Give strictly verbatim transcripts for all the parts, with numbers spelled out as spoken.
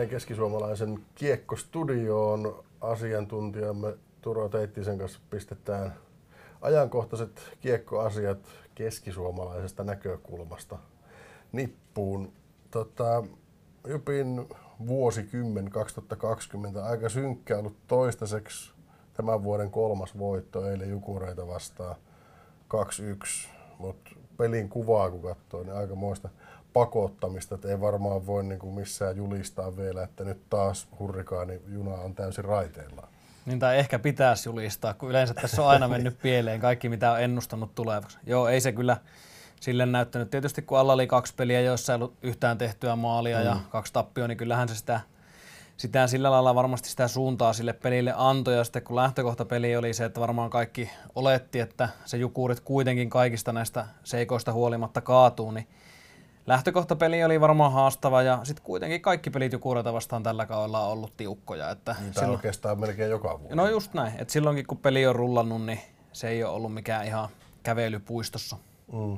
jälleen keskisuomalaisen Kiekko-studioon. Asiantuntijamme Turo Teittisen kanssa pistetään ajankohtaiset kiekkoasiat keskisuomalaisesta näkökulmasta nippuun. Tota, Jupin vuosikymmen kaksituhattakaksikymmentä aika synkkä ollut toistaiseksi tämän vuoden kolmas voitto eilen Jukureita vastaan kaksi yksi, mutta pelin kuvaa kun katsoo, niin aikamoista pakottamista, että ei varmaan voi niin kuin missään julistaa vielä, että nyt taas hurrikaanijuna on täysin raiteillaan. Niin tai ehkä pitäisi julistaa, kun yleensä tässä on aina mennyt pieleen kaikki, mitä on ennustanut tulevaksi. Joo, ei se kyllä sille näyttänyt. Tietysti kun alla oli kaksi peliä, joissa ei ollut yhtään tehtyä maalia mm. ja kaksi tappioa, niin kyllähän se sitä, sitä sillä lailla varmasti sitä suuntaa sille pelille antoi. Ja sitten kun lähtökohtapeli oli se, että varmaan kaikki oletti, että se Jukurit kuitenkin kaikista näistä seikoista huolimatta kaatuu, niin lähtökohtapeli oli varmaan haastava ja sitten kuitenkin kaikki pelit Jukureita vastaan tällä kaudella on ollut tiukkoja. Että Niitä silloin oikeastaan melkein joka vuosi. No just näin, että silloinkin kun peli on rullannut, niin se ei ole ollut mikään ihan kävelypuistossa. Mm.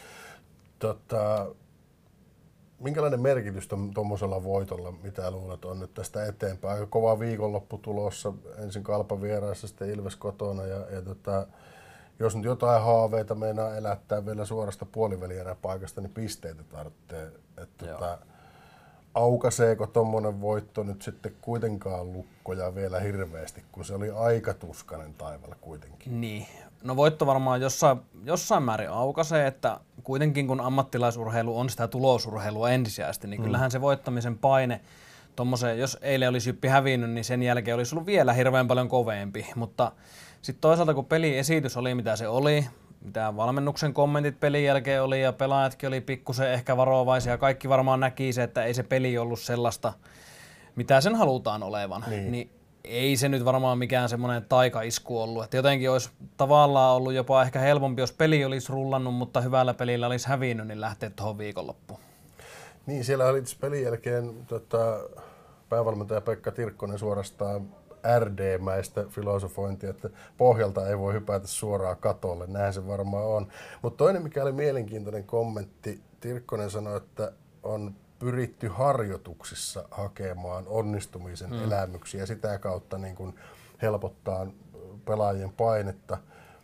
Tota, minkälainen merkitys tuommoisella voitolla, mitä luulet, on nyt tästä eteenpäin? Aika kova viikonloppu tulossa, ensin Kalpa vieraissa, sitten Ilves kotona ja, ja tota, jos nyt jotain haaveita meinaa elättää vielä suorasta puolivälieräpaikasta, niin pisteitä tarvitsee. Tota, aukaiseeko tuommoinen voitto nyt sitten kuitenkaan lukkoja vielä hirveästi, kun se oli aika tuskainen taivaalla kuitenkin? Niin. No voitto varmaan jossain, jossain määrin aukaisee, että kuitenkin kun ammattilaisurheilu on sitä tulosurheilua ensisijaisesti, niin mm. kyllähän se voittamisen paine, jos eilen olisi Jyppi hävinnyt, niin sen jälkeen olisi ollut vielä hirveän paljon kovempi, mutta sitten toisaalta kun peliesitys oli mitä se oli, mitä valmennuksen kommentit pelin jälkeen oli ja pelaajatkin oli pikkusen ehkä varovaisia, kaikki varmaan näki se, että ei se peli ollut sellaista, mitä sen halutaan olevan, niin, niin ei se nyt varmaan mikään semmoinen taikaisku ollut, että jotenkin olisi tavallaan ollut jopa ehkä helpompi, jos peli olisi rullannut, mutta hyvällä pelillä olisi hävinnyt, niin lähtee tuohon viikonloppuun. Niin, siellä oli pelin jälkeen tota, päävalmentaja Pekka Tirkkonen suorastaan R D-mäistä filosofointia, että pohjalta ei voi hypätä suoraan katolle, näin se varmaan on. Mutta toinen, mikä oli mielenkiintoinen kommentti, Tirkkonen sanoi, että on pyritty harjoituksissa hakemaan onnistumisen mm. elämyksiä ja sitä kautta niin kun helpottaa pelaajien painetta.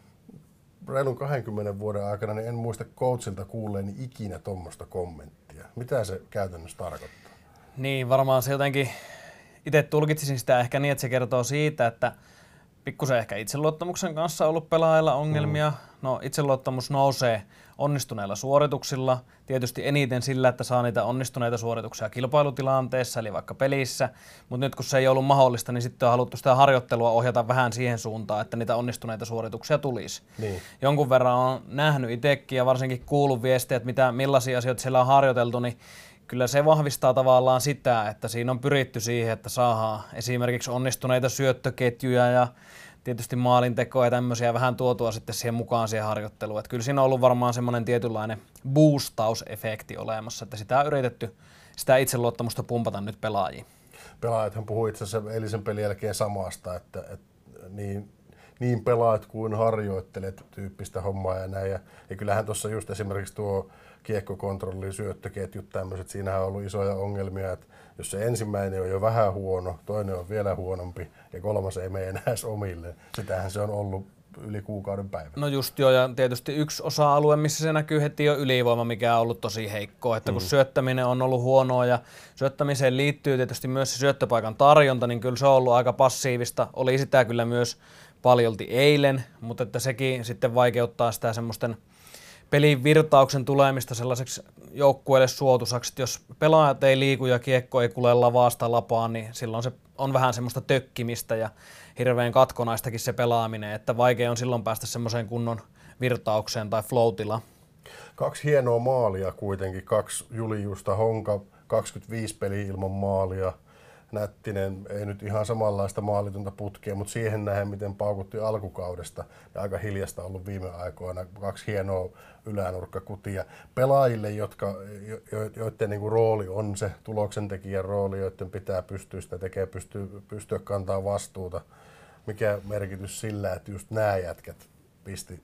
Reilun kahdenkymmenen vuoden aikana niin en muista coachilta kuulleeni ikinä tuommoista kommenttia. Mitä se käytännössä tarkoittaa? Niin, varmaan se jotenkin, itse tulkitsisin sitä ehkä niin, että se kertoo siitä, että pikkusen ehkä itseluottamuksen kanssa on ollut pelaajilla ongelmia. Mm. No itseluottamus nousee onnistuneilla suorituksilla, tietysti eniten sillä, että saa niitä onnistuneita suorituksia kilpailutilanteessa, eli vaikka pelissä, mutta nyt kun se ei ollut mahdollista, niin sitten on haluttu sitä harjoittelua ohjata vähän siihen suuntaan, että niitä onnistuneita suorituksia tulisi. Niin. Jonkun verran on nähnyt itsekin ja varsinkin kuullut viestejä, että mitä, millaisia asioita siellä on harjoiteltu, niin kyllä se vahvistaa tavallaan sitä, että siinä on pyritty siihen, että saadaan esimerkiksi onnistuneita syöttöketjuja ja tietysti maalintekoa ja tämmöisiä vähän tuotua sitten siihen mukaan siihen harjoitteluun. Että kyllä siinä on ollut varmaan semmoinen tietynlainen boostausefekti olemassa, että sitä on yritetty sitä itseluottamusta pumpata nyt pelaajiin. Pelaajathan puhui itse asiassa eilisen pelin jälkeen samasta, että, että niin, niin pelaajat kuin harjoittelet tyyppistä hommaa ja näin. Ja, ja kyllähän tuossa just esimerkiksi tuo kiekkokontrolli, syöttöketjut, tämmöiset, siinähän on ollut isoja ongelmia, että jos se ensimmäinen on jo vähän huono, toinen on vielä huonompi ja kolmas ei mene enää edes omille. Sitähän se on ollut yli kuukauden päivä. No just joo, ja tietysti yksi osa-alue, missä se näkyy heti on ylivoima, mikä on ollut tosi heikkoa, että kun mm. syöttäminen on ollut huonoa ja syöttämiseen liittyy tietysti myös se syöttöpaikan tarjonta, niin kyllä se on ollut aika passiivista. Oli sitä kyllä myös paljolti eilen, mutta että sekin sitten vaikeuttaa sitä semmoisten pelin virtauksen tulemista sellaiseksi joukkueelle suotuisaksi, että jos pelaajat ei liiku ja kiekko ei kulje lavasta lapaan, niin silloin se on vähän semmoista tökkimistä ja hirveän katkonaistakin se pelaaminen, että vaikea on silloin päästä semmoiseen kunnon virtaukseen tai flow-tilaan. Kaksi hienoa maalia kuitenkin, kaksi Juliusta, Honka, kaksikymmentäviisi peliä ilman maalia. Nättinen, ei nyt ihan samanlaista maalitonta putkea, mutta siihen nähden, miten paukutti alkukaudesta ja aika hiljasta ollut viime aikoina. Kaksi hienoa ylänurkkakutia. Pelaajille, jotka, jo, joiden niin kuin rooli on se tuloksentekijän rooli, joiden pitää pystyä sitä tekemään, pystyä, pystyä kantaa vastuuta. Mikä merkitys sillä, että just nämä jätkät pisti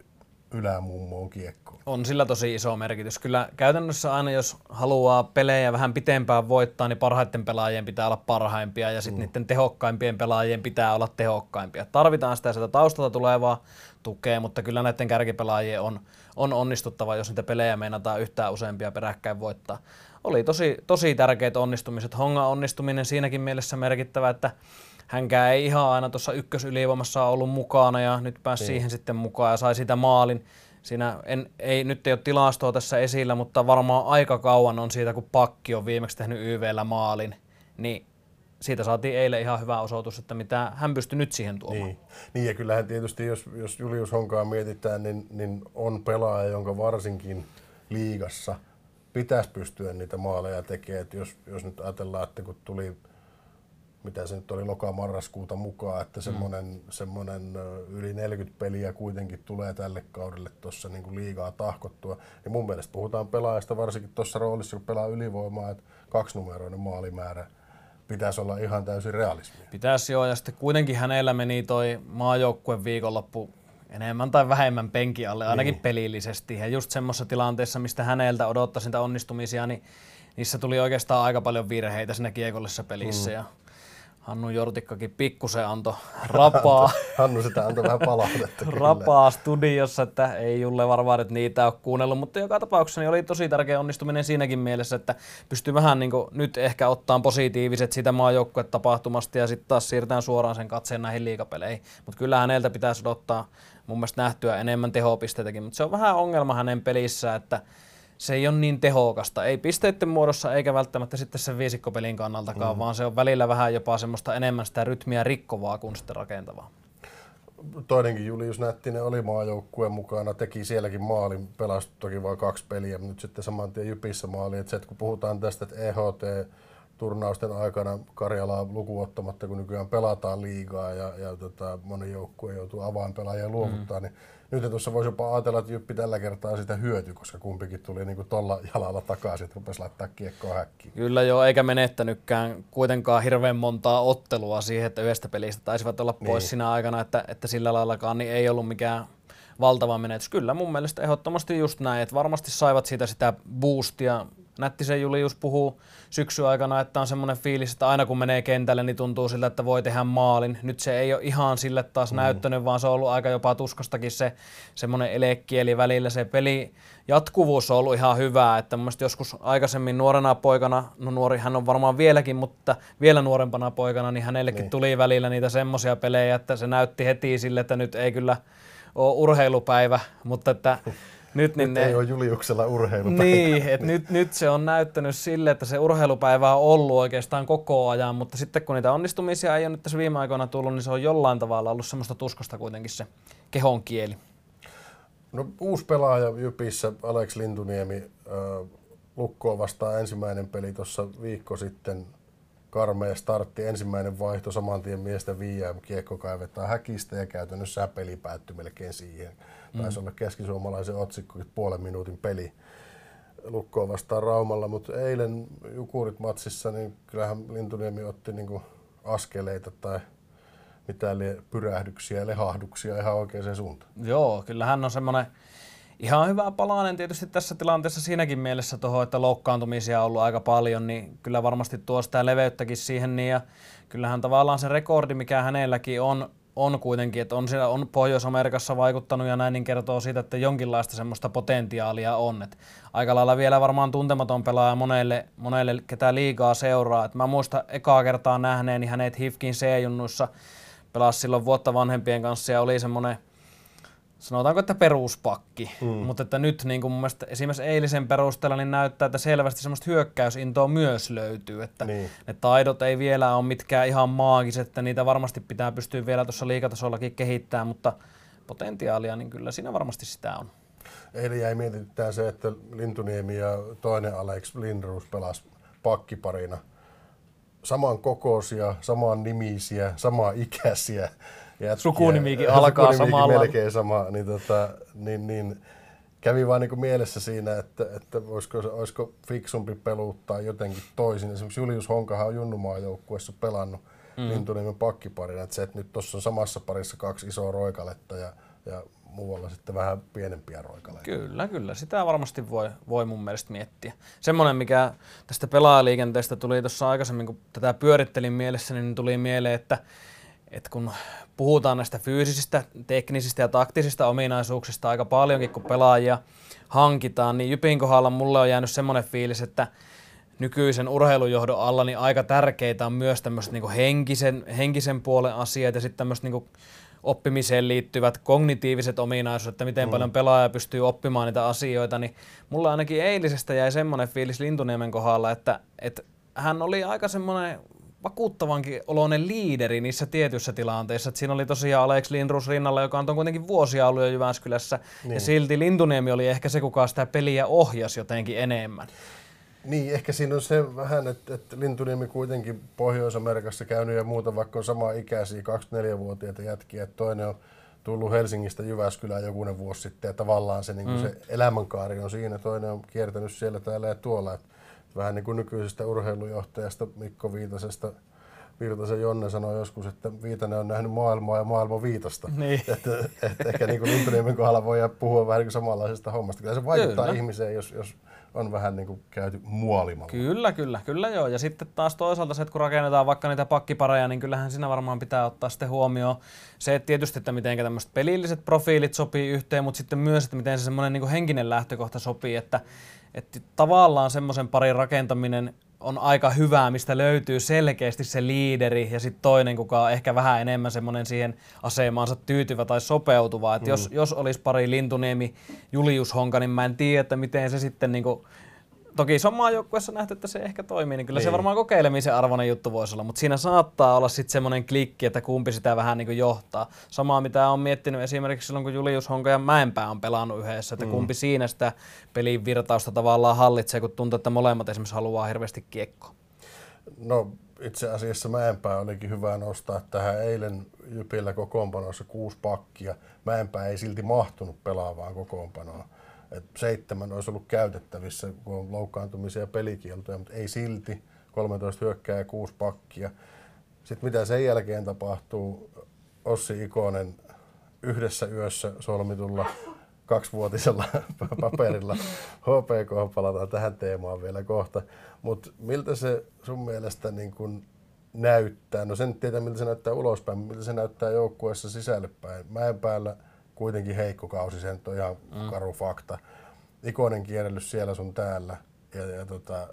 ylämummoon kiekkoon. On sillä tosi iso merkitys. Kyllä käytännössä aina, jos haluaa pelejä vähän pitempään voittaa, niin parhaiten pelaajien pitää olla parhaimpia ja sitten mm. niiden tehokkaimpien pelaajien pitää olla tehokkaimpia. Tarvitaan sitä sieltä taustalta tulevaa tukea, mutta kyllä näiden kärkipelaajien on, on onnistuttava, jos niitä pelejä meinataan yhtään useampia peräkkäin voittaa. Oli tosi, tosi tärkeät onnistumiset. Hongan onnistuminen siinäkin mielessä merkittävä, että hänkään ei ihan aina tuossa ykkösylivoimassa ollut mukana ja nyt pääsi niin. siihen sitten mukaan ja sai siitä maalin. Siinä en, ei, nyt ei ole tilastoa tässä esillä, mutta varmaan aika kauan on siitä, kun Pakki on viimeksi tehnyt Y V:llä maalin, niin siitä saatiin eilen ihan hyvä osoitus, että mitä hän pystyi nyt siihen tuomaan. Niin, niin ja kyllähän tietysti, jos, jos Julius Honkaa mietitään, niin, niin on pelaaja, jonka varsinkin liigassa pitäisi pystyä niitä maaleja tekemään. Et jos, jos nyt ajatellaan, että kun tuli, mitä se nyt oli, loka-marraskuuta mukaan, että semmoinen, mm. semmoinen yli neljäkymmentä peliä kuitenkin tulee tälle kaudelle tuossa niin kuin liigaa tahkottua. Ja mun mielestä puhutaan pelaajasta varsinkin tuossa roolissa, kun pelaa ylivoimaa, että kaksinumeroinen maalimäärä pitäisi olla ihan täysin realismia. Pitäisi joo, ja sitten kuitenkin hänellä meni toi maajoukkueen viikonloppu enemmän tai vähemmän penki alle, ainakin niin. pelillisesti. Ja just semmoisessa tilanteessa, mistä häneltä odottaisi niitä onnistumisia, niin niissä tuli oikeastaan aika paljon virheitä siinä kiekollisessa pelissä. Mm. Ja Hannu Jortikkakin pikkusen antoi rapaa. Hannu sitä antoi vähän palautetta. rapaa studiossa, että ei Julle varmaan nyt niitä ole kuunnellut, mutta joka tapauksessa niin oli tosi tärkeä onnistuminen siinäkin mielessä, että pystyi vähän niin kuin nyt ehkä ottaa positiiviset siitä maajoukkuetapahtumasta ja sitten taas siirretään suoraan sen katseen näihin liigapeleihin. Mutta kyllä häneltä pitäisi odottaa mun mielestä nähtyä enemmän tehopisteitäkin, mutta se on vähän ongelma hänen pelissä, että se ei ole niin tehokasta, ei pisteiden muodossa eikä välttämättä sitten sen viisikkopelin kannaltakaan, mm. vaan se on välillä vähän jopa semmoista enemmän sitä rytmiä rikkovaa kuin sitten rakentavaa. Toinenkin Julius Nättinen oli maajoukkueen mukana, teki sielläkin maalin, pelasi toki vain kaksi peliä, mutta nyt sitten saman tien Jypissä maali. Et se, että kun puhutaan tästä, että E H T-turnausten aikana Karjalaa lukuun ottamatta, kun nykyään pelataan liigaa ja, ja tota, moni joukkue joutuu avainpelaajia luovuttaa, mm. niin nyt tuossa voisi jopa ajatella, että Jyppi tällä kertaa sitä hyötyi, koska kumpikin tuli niinku tolla jalalla takaisin, että rupesi laittaa kiekkoa häkkiin. Kyllä joo, eikä menettänytkään kuitenkaan hirveän montaa ottelua siihen, että yhdestä pelistä taisivat olla pois niin. siinä aikana, että, että sillä laillakaan niin ei ollut mikään valtava menetys. Kyllä mun mielestä ehdottomasti just näin, että varmasti saivat siitä sitä boostia. Nättisen Julius puhuu syksyn aikana, että on semmoinen fiilis, että aina kun menee kentälle, niin tuntuu siltä, että voi tehdä maalin. Nyt se ei ole ihan sille taas mm. näyttänyt, vaan se on ollut aika jopa tuskastakin se semmoinen elekieli välillä. Se peli jatkuvuus on ollut ihan hyvää, että mun mielestä joskus aikaisemmin nuorena poikana, no nuori hän on varmaan vieläkin, mutta vielä nuorempana poikana, niin hänellekin niin. tuli välillä niitä semmoisia pelejä, että se näytti heti sille, että nyt ei kyllä ole urheilupäivä, mutta että Nyt, niin nyt ne, ei ole Juliuksella urheilupäivä. Niin, että nyt, nyt se on näyttänyt sille, että se urheilupäivä on ollut oikeastaan koko ajan, mutta sitten kun niitä onnistumisia ei ole nyt tässä viime aikoina tullut, niin se on jollain tavalla ollut semmoista tuskasta kuitenkin se kehon kieli. No, uusi pelaaja Jypissä, Alex Lintuniemi, äh, Lukkoa vastaan ensimmäinen peli tuossa viikko sitten. Karmea startti, ensimmäinen vaihto, saman tien miestä viiää, kiekko kaivetaan häkistä ja käytännössä peli päättyi melkein siihen. Mm. Taisi olla keskisuomalaisen otsikko, puolen minuutin peli Lukkoa vastaan Raumalla, mutta eilen Jukurit-matsissa niin kyllähän Lintuniemi otti niinku askeleita tai mitään pyrähdyksiä ja lehahduksia ihan oikeaan suuntaan. Joo, kyllä hän on semmoinen ihan hyvä palanen tietysti tässä tilanteessa siinäkin mielessä tuohon, että loukkaantumisia on ollut aika paljon, niin kyllä varmasti tuo sitä leveyttäkin siihen. Niin ja kyllähän tavallaan se rekordi, mikä hänelläkin on, on kuitenkin, että on, siellä, on Pohjois-Amerikassa vaikuttanut ja näin, niin kertoo siitä, että jonkinlaista semmoista potentiaalia on. Et aika lailla vielä varmaan tuntematon pelaaja monelle, monelle ketä liigaa seuraa. Et mä muistan ekaa kertaa nähneeni hänet H I F K:n C-junnuissa, pelasi silloin vuotta vanhempien kanssa ja oli semmoinen, sanotaanko, että peruspakki, mm. mutta että nyt niin kuin mun mielestä esimerkiksi eilisen perusteella niin näyttää, että selvästi semmoista hyökkäysintoa myös löytyy, että niin. ne taidot ei vielä ole mitkään ihan maagiset, että niitä varmasti pitää pystyä vielä tuossa liigatasollakin kehittämään, mutta potentiaalia, niin kyllä siinä varmasti sitä on. Eilen jäi mietitään se, että Lintuniemi ja toinen Alex Lindroos pelasi pakkiparina. Saman kokoisia, saman nimisiä, saman ikäisiä. Ja, sukunimikin ja, alkaa sukunimikin samalla. melkein sama, niin, tota, niin, niin kävi vaan niin kuin mielessä siinä, että, että olisiko, olisiko fiksumpi peluttaa jotenkin toisin. Esimerkiksi Julius Honkahan on Junnumaan joukkueessa pelannut mm. Lintuniemen pakkiparina, että se, että nyt tuossa on samassa parissa kaksi isoa roikaletta ja, ja muualla sitten vähän pienempiä roikaleita. Kyllä, kyllä. Sitä varmasti voi, voi mun mielestä miettiä. Semmoinen, mikä tästä pelaajaliikenteestä tuli tuossa aikaisemmin, kun tätä pyörittelin mielessä, niin tuli mieleen, että, että kun puhutaan näistä fyysisistä, teknisistä ja taktisista ominaisuuksista aika paljonkin, kun pelaajia hankitaan, niin Jypin kohdalla mulle on jäänyt semmoinen fiilis, että nykyisen urheilujohdon alla niin aika tärkeitä on myös tämmöiset niin henkisen, henkisen puolen asiat ja sitten tämmöiset niin oppimiseen liittyvät kognitiiviset ominaisuudet, että miten mm. paljon pelaaja pystyy oppimaan niitä asioita, niin mulla ainakin eilisestä jäi semmoinen fiilis Lintuniemen kohdalla, että, että hän oli aika semmoinen vakuuttavankin oloinen liideri niissä tietyissä tilanteissa. Että siinä oli tosiaan Alex Lindroos rinnalla, joka on kuitenkin vuosia ollut jo Jyväskylässä, niin. Ja silti Lintuniemi oli ehkä se, kuka sitä peliä ohjasi jotenkin enemmän. Niin, ehkä siinä on se vähän, että, että Lintuniemi kuitenkin Pohjois-Amerikassa käynyt ja muuta, vaikka on sama ikäisiä kaksikymmentäneljävuotiaita jätkiä, että toinen on tullut Helsingistä Jyväskylään jokunen vuosi sitten ja tavallaan se, niin mm. se elämänkaari on siinä, toinen on kiertänyt siellä täällä ja tuolla. Että vähän niin kuin nykyisestä urheilujohtajasta Mikko Viitasesta, Virtasen Jonne sanoi joskus, että Viitanen on nähnyt maailmaa ja maailma Viitasta. Niin. Että, että ehkä niin kuin Lintuniemen kohdalla voi puhua vähän niin kuin samanlaisesta hommasta. Kyllä se vaikuttaa kyllä ihmiseen, jos, jos on vähän niin kuin käyty muolimalla. Kyllä, kyllä, kyllä joo. Ja sitten taas toisaalta se, että kun rakennetaan vaikka niitä pakkipareja, niin kyllähän siinä varmaan pitää ottaa sitten huomioon se, että tietysti, että miten tämmöiset pelilliset profiilit sopii yhteen, mutta sitten myös, että miten se semmoinen niin kuin henkinen lähtökohta sopii, että, että tavallaan semmoisen parin rakentaminen on aika hyvää, mistä löytyy selkeästi se liideri ja sitten toinen, kuka on ehkä vähän enemmän semmoinen siihen asemaansa tyytyvä tai sopeutuva. Et mm. jos, jos olisi pari Lintuniemi, Julius Honka, niin mä en tiedä, että miten se sitten niinku, toki se on maajoukkueessa nähty, että se ehkä toimii, niin kyllä niin. Se varmaan kokeilemisen arvoinen juttu voisi olla, mutta siinä saattaa olla sitten semmoinen klikki, että kumpi sitä vähän niin kuin johtaa. Samaa mitä on miettinyt esimerkiksi silloin, kun Julius Honka ja Mäenpää on pelannut yhdessä, että mm. kumpi siinä sitä pelin virtausta tavallaan hallitsee, kun tuntuu, että molemmat esimerkiksi haluaa hirveästi kiekkoa. No itse asiassa Mäenpää olikin hyvä nostaa tähän eilen Jypillä kokoonpanossa kuusi pakkia. Mäenpää ei silti mahtunut pelaavaan kokoonpanoon. Et seitsemän olisi ollut käytettävissä, kun on loukkaantumisia ja pelikieltoja, mutta ei silti. kolmetoista hyökkää ja kuusi pakkia. Sitten mitä sen jälkeen tapahtuu, Ossi Ikonen yhdessä yössä solmitulla kaksivuotisella paperilla. H P K, palataan tähän teemaan vielä kohta. Mutta miltä se sun mielestä niin kun näyttää? No sen tietää, miltä se näyttää ulospäin, miltä se näyttää joukkueessa sisällepäin. Mäenpäällä kuitenkin heikko kausi, se on ihan mm. karu fakta. Ikonen kierrellys siellä sun täällä ja, ja tota,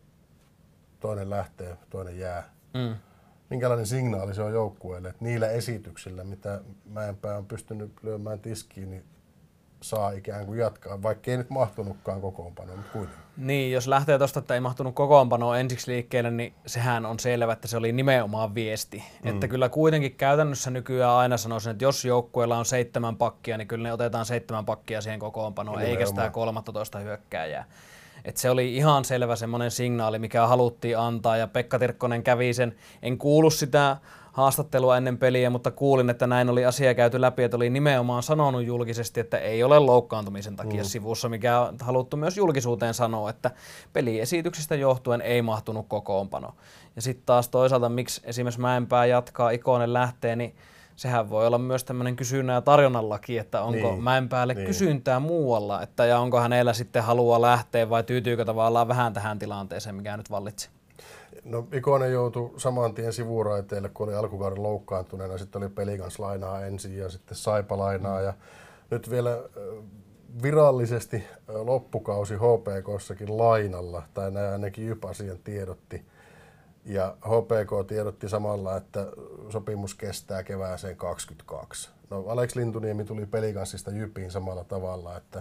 toinen lähtee, toinen jää. Mm. Minkälainen signaali se on joukkueelle, että niillä esityksillä, mitä Mäenpää on pystynyt lyömään tiskiin, niin saa ikään kuin jatkaa, vaikka ei nyt mahtunutkaan kokoonpanoon, mutta kuitenkin. Niin, jos lähtee tuosta, että ei mahtunut kokoonpanoon ensiksi liikkeelle, niin sehän on selvä, että se oli nimenomaan viesti. Mm. Että kyllä kuitenkin käytännössä nykyään aina sanoisin, että jos joukkueella on seitsemän pakkia, niin kyllä ne otetaan seitsemän pakkia siihen kokoonpanoon, eikä sitä kolmattatoista hyökkääjää. Et se oli ihan selvä semmoinen signaali, mikä haluttiin antaa, ja Pekka Tirkkonen kävi sen, en kuullut sitä haastattelua ennen peliä, mutta kuulin, että näin oli asia käyty läpi, että oli nimenomaan sanonut julkisesti, että ei ole loukkaantumisen takia mm. sivussa, mikä on haluttu myös julkisuuteen sanoa, että peliesityksistä johtuen ei mahtunut kokoonpano. Ja sitten taas toisaalta, miksi esimerkiksi Mäenpää jatkaa, Ikonen lähtee, niin sehän voi olla myös tämmöinen kysynnän ja tarjonnan laki, että onko niin, Mäenpäälle niin. kysyntää muualla, että ja onko hänellä sitten halua lähteä vai tyytyykö tavallaan vähän tähän tilanteeseen, mikä nyt vallitsi. No Ikonen joutui saman tien sivuraiteille, kun oli alkukauden loukkaantuneena, sitten oli Pelikans lainaa ensin ja sitten Saipa lainaa ja nyt vielä virallisesti loppukausi H P K:ssakin lainalla, tai näin ainakin Jyp-asian tiedotti. Ja H P K tiedotti samalla, että sopimus kestää kevääseen kaksikymmentäkaksi. No Alex Lintuniemi tuli Pelikansista Jypiin samalla tavalla, että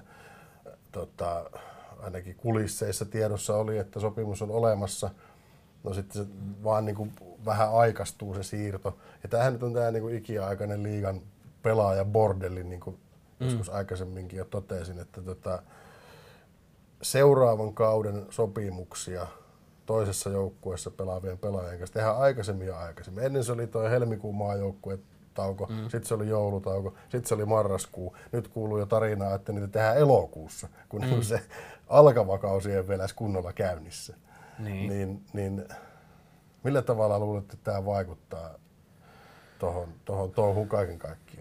tota, ainakin kulisseissa tiedossa oli, että sopimus on olemassa. No sitten se vaan niin kuin vähän aikaistuu se siirto. Ja tämähän nyt on tämä niin kuin ikiaikainen liigan pelaajabordelli, niin kuin mm. joskus aikaisemminkin jo totesin, että tota, seuraavan kauden sopimuksia toisessa joukkueessa pelaavien pelaajien kanssa tehdään aikaisemmin ja aikaisemmin. Ennen se oli tuo helmikuun maajoukkuetauko, mm. sitten se oli joulutauko, sitten se oli marraskuu. Nyt kuuluu jo tarinaa, että niitä tehdään elokuussa, kun mm. se alkava kausi ei vielä kunnolla käynnissä. Niin. Niin, niin millä tavalla luulet, että tämä vaikuttaa tuohon, tuohon touhuun kaiken kaikkiaan?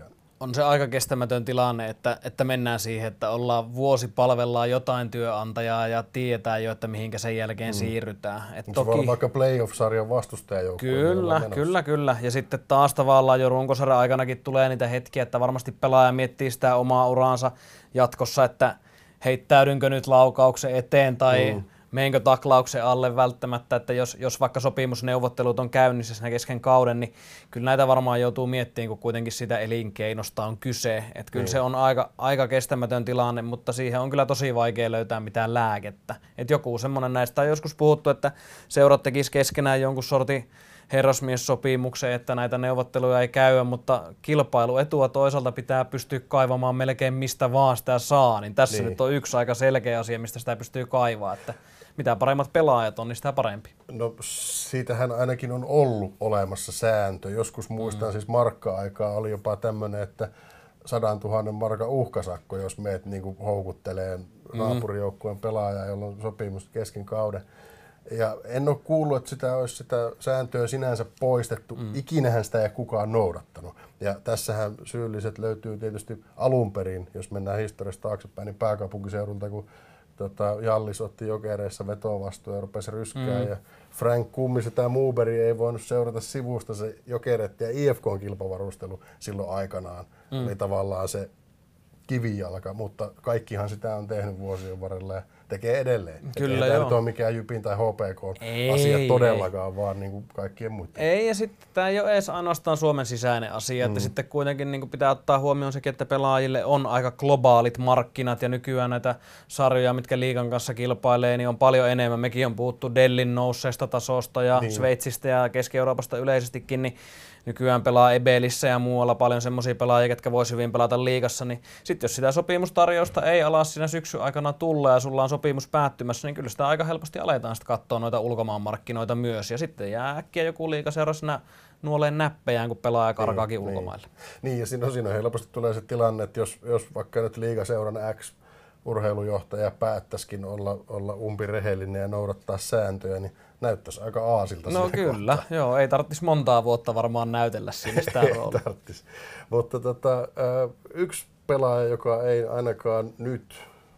on se aika kestämätön tilanne, että, että mennään siihen, että ollaan vuosi palvellaan jotain työnantajaa ja tiedetään jo, että mihinkä sen jälkeen mm. siirrytään. Et se toki, voi olla vaikka playoff-sarjan vastustajajoukkueen. Kyllä, kyllä, kyllä. Ja sitten taas tavallaan jo runkosarjan aikanakin tulee niitä hetkiä, että varmasti pelaaja miettii sitä omaa uraansa jatkossa, että heittäydynkö nyt laukauksen eteen tai mm. meinkö taklauksen alle välttämättä, että jos, jos vaikka sopimusneuvottelut on käynnissä siinä kesken kauden, niin kyllä näitä varmaan joutuu miettimään, kun kuitenkin sitä elinkeinosta on kyse. Että kyllä mm. se on aika, aika kestämätön tilanne, mutta siihen on kyllä tosi vaikea löytää mitään lääkettä. Että joku semmoinen näistä on joskus puhuttu, että seurat tekisi keskenään jonkun sortin herrasmiessopimuksen, että näitä neuvotteluja ei käy, mutta kilpailuetua toisaalta pitää pystyä kaivamaan melkein mistä vaan sitä saa, niin tässä niin. nyt on yksi aika selkeä asia, mistä sitä pystyy kaivaa, että mitä paremmat pelaajat on, niin sitä parempi. No siitähän ainakin on ollut olemassa sääntö. Joskus muistan mm. siis markka-aikaa oli jopa tämmöinen, että sadantuhannen markan uhkasakko, jos meet niinku houkuttelee mm. naapurijoukkueen pelaajaa, jolla on sopimus kesken kauden. Ja en ole kuullut, että sitä olisi sitä sääntöä sinänsä poistettu. Mm. Ikinähän sitä ei kukaan noudattanut. Ja tässähän syylliset löytyy tietysti alun perin, jos mennään historiasta taaksepäin, niin pääkaupunkiseudulta, kun tota, Jallis otti Jokereissa vetovastuun ja rupesi ryskää. Mm. Ja Frank Kummis ja tämä Muberi ei voinut seurata sivusta se Jokeretti ja I F K:n kilpavarustelu silloin aikanaan. Mm. Eli tavallaan se kivijalka, mutta kaikkihan sitä on tehnyt vuosien varrella ja tekee edelleen. Kyllä, ei joo. tämä nyt ole mikään Jypin tai H P K-asia todellakaan, ei. vaan niin kuin kaikkien muiden. Ei, ja sitten tämä ei ole edes ainoastaan Suomen sisäinen asia, mm. että sitten kuitenkin niin kuin pitää ottaa huomioon sekin, että pelaajille on aika globaalit markkinat, ja nykyään näitä sarjoja, mitkä liigan kanssa kilpailee, niin on paljon enemmän. Mekin on puhuttu Dellin nousseesta tasosta ja niin. Sveitsistä ja Keski-Euroopasta yleisestikin, niin nykyään pelaa Ebelissä ja muualla paljon semmoisia pelaajia, jotka voisi hyvin pelata liigassa, niin sitten jos sitä sopimustarjousta ei ala siinä syksyn aikana tulla ja sulla on sopimus päättymässä, niin kyllä sitä aika helposti aletaan sitten katsoa noita ulkomaanmarkkinoita myös. Ja sitten jää äkkiä joku liigaseura siinä nuoleen näppejään, kun pelaaja karkaakin niin, ulkomaille. Niin, niin ja siinä, siinä helposti tulee se tilanne, että jos, jos vaikka nyt liigaseuran X urheilujohtaja päättäisikin olla, olla umpirehellinen ja noudattaa sääntöjä, niin näyttäisi aika aasilta. No kyllä, kohtaa. Joo, ei tarvitsisi montaa vuotta varmaan näytellä siinä sitä roolia. Ei tarvitsisi. Mutta tota, yksi pelaaja, joka ei ainakaan nyt,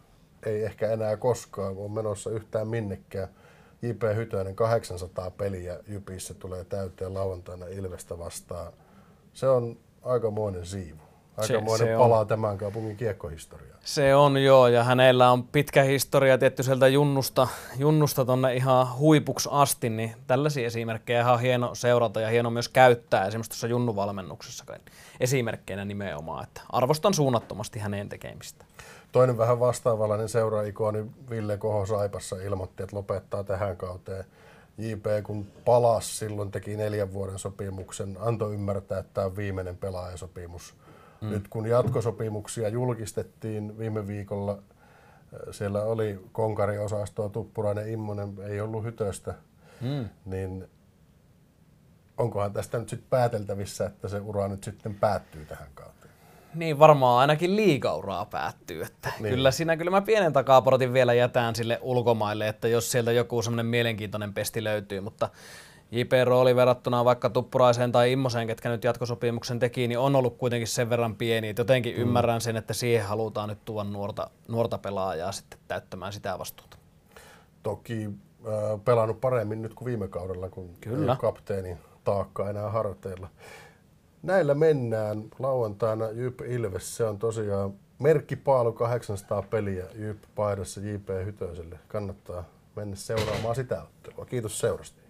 ei ehkä enää koskaan, ole menossa yhtään minnekään, J P Hytönen, kahdeksansataa peliä Jypissä tulee täyteen lauantaina Ilvestä vastaan. Se on aikamoinen siivu. Aikamoinen se, se palaa on. Tämän kaupungin kiekkohistoriaan. Se on joo, ja hänellä on pitkä historia tietty sieltä junnusta, junnusta tonne ihan huipuksi asti, niin tällaisia esimerkkejä ihan hieno seurata ja hieno myös käyttää esimerkiksi tuossa junnuvalmennuksessa esimerkkeinä nimenomaan, että arvostan suunnattomasti hänen tekemistä. Toinen vähän vastaavallainen seura-ikoni Ville Koho Saipassa ilmoitti, että lopettaa tähän kauteen. J P kun palasi silloin, teki neljän vuoden sopimuksen, antoi ymmärtää, että tämä on viimeinen pelaajasopimus. Mm. Nyt kun jatkosopimuksia julkistettiin viime viikolla, siellä oli konkariosastoa, Tuppurainen, Immonen, ei ollut Hytöstä, mm. niin onkohan tästä nyt sitten pääteltävissä, että se ura nyt sitten päättyy tähän kauteen? Niin varmaan ainakin liigauraa päättyy, että niin. kyllä siinä kyllä mä pienen takaportin vielä jätän sille ulkomaille, että jos sieltä joku semmoinen mielenkiintoinen pesti löytyy, mutta J P-rooli verrattuna vaikka Tuppuraiseen tai Immoseen, ketkä nyt jatkosopimuksen teki, niin on ollut kuitenkin sen verran pieni, että jotenkin mm. ymmärrän sen, että siihen halutaan nyt tuoda nuorta, nuorta pelaajaa sitten täyttämään sitä vastuuta. Toki äh, pelannut paremmin nyt kuin viime kaudella, kun Kyllä. ei kapteenin taakka enää harteilla. Näillä mennään lauantaina Jyp Ilves. Se on tosiaan merkkipaalu kahdeksansataa peliä Jyp paidassa J P Hytöselle. Kannattaa mennä seuraamaan sitä ottelua. Kiitos seurasta.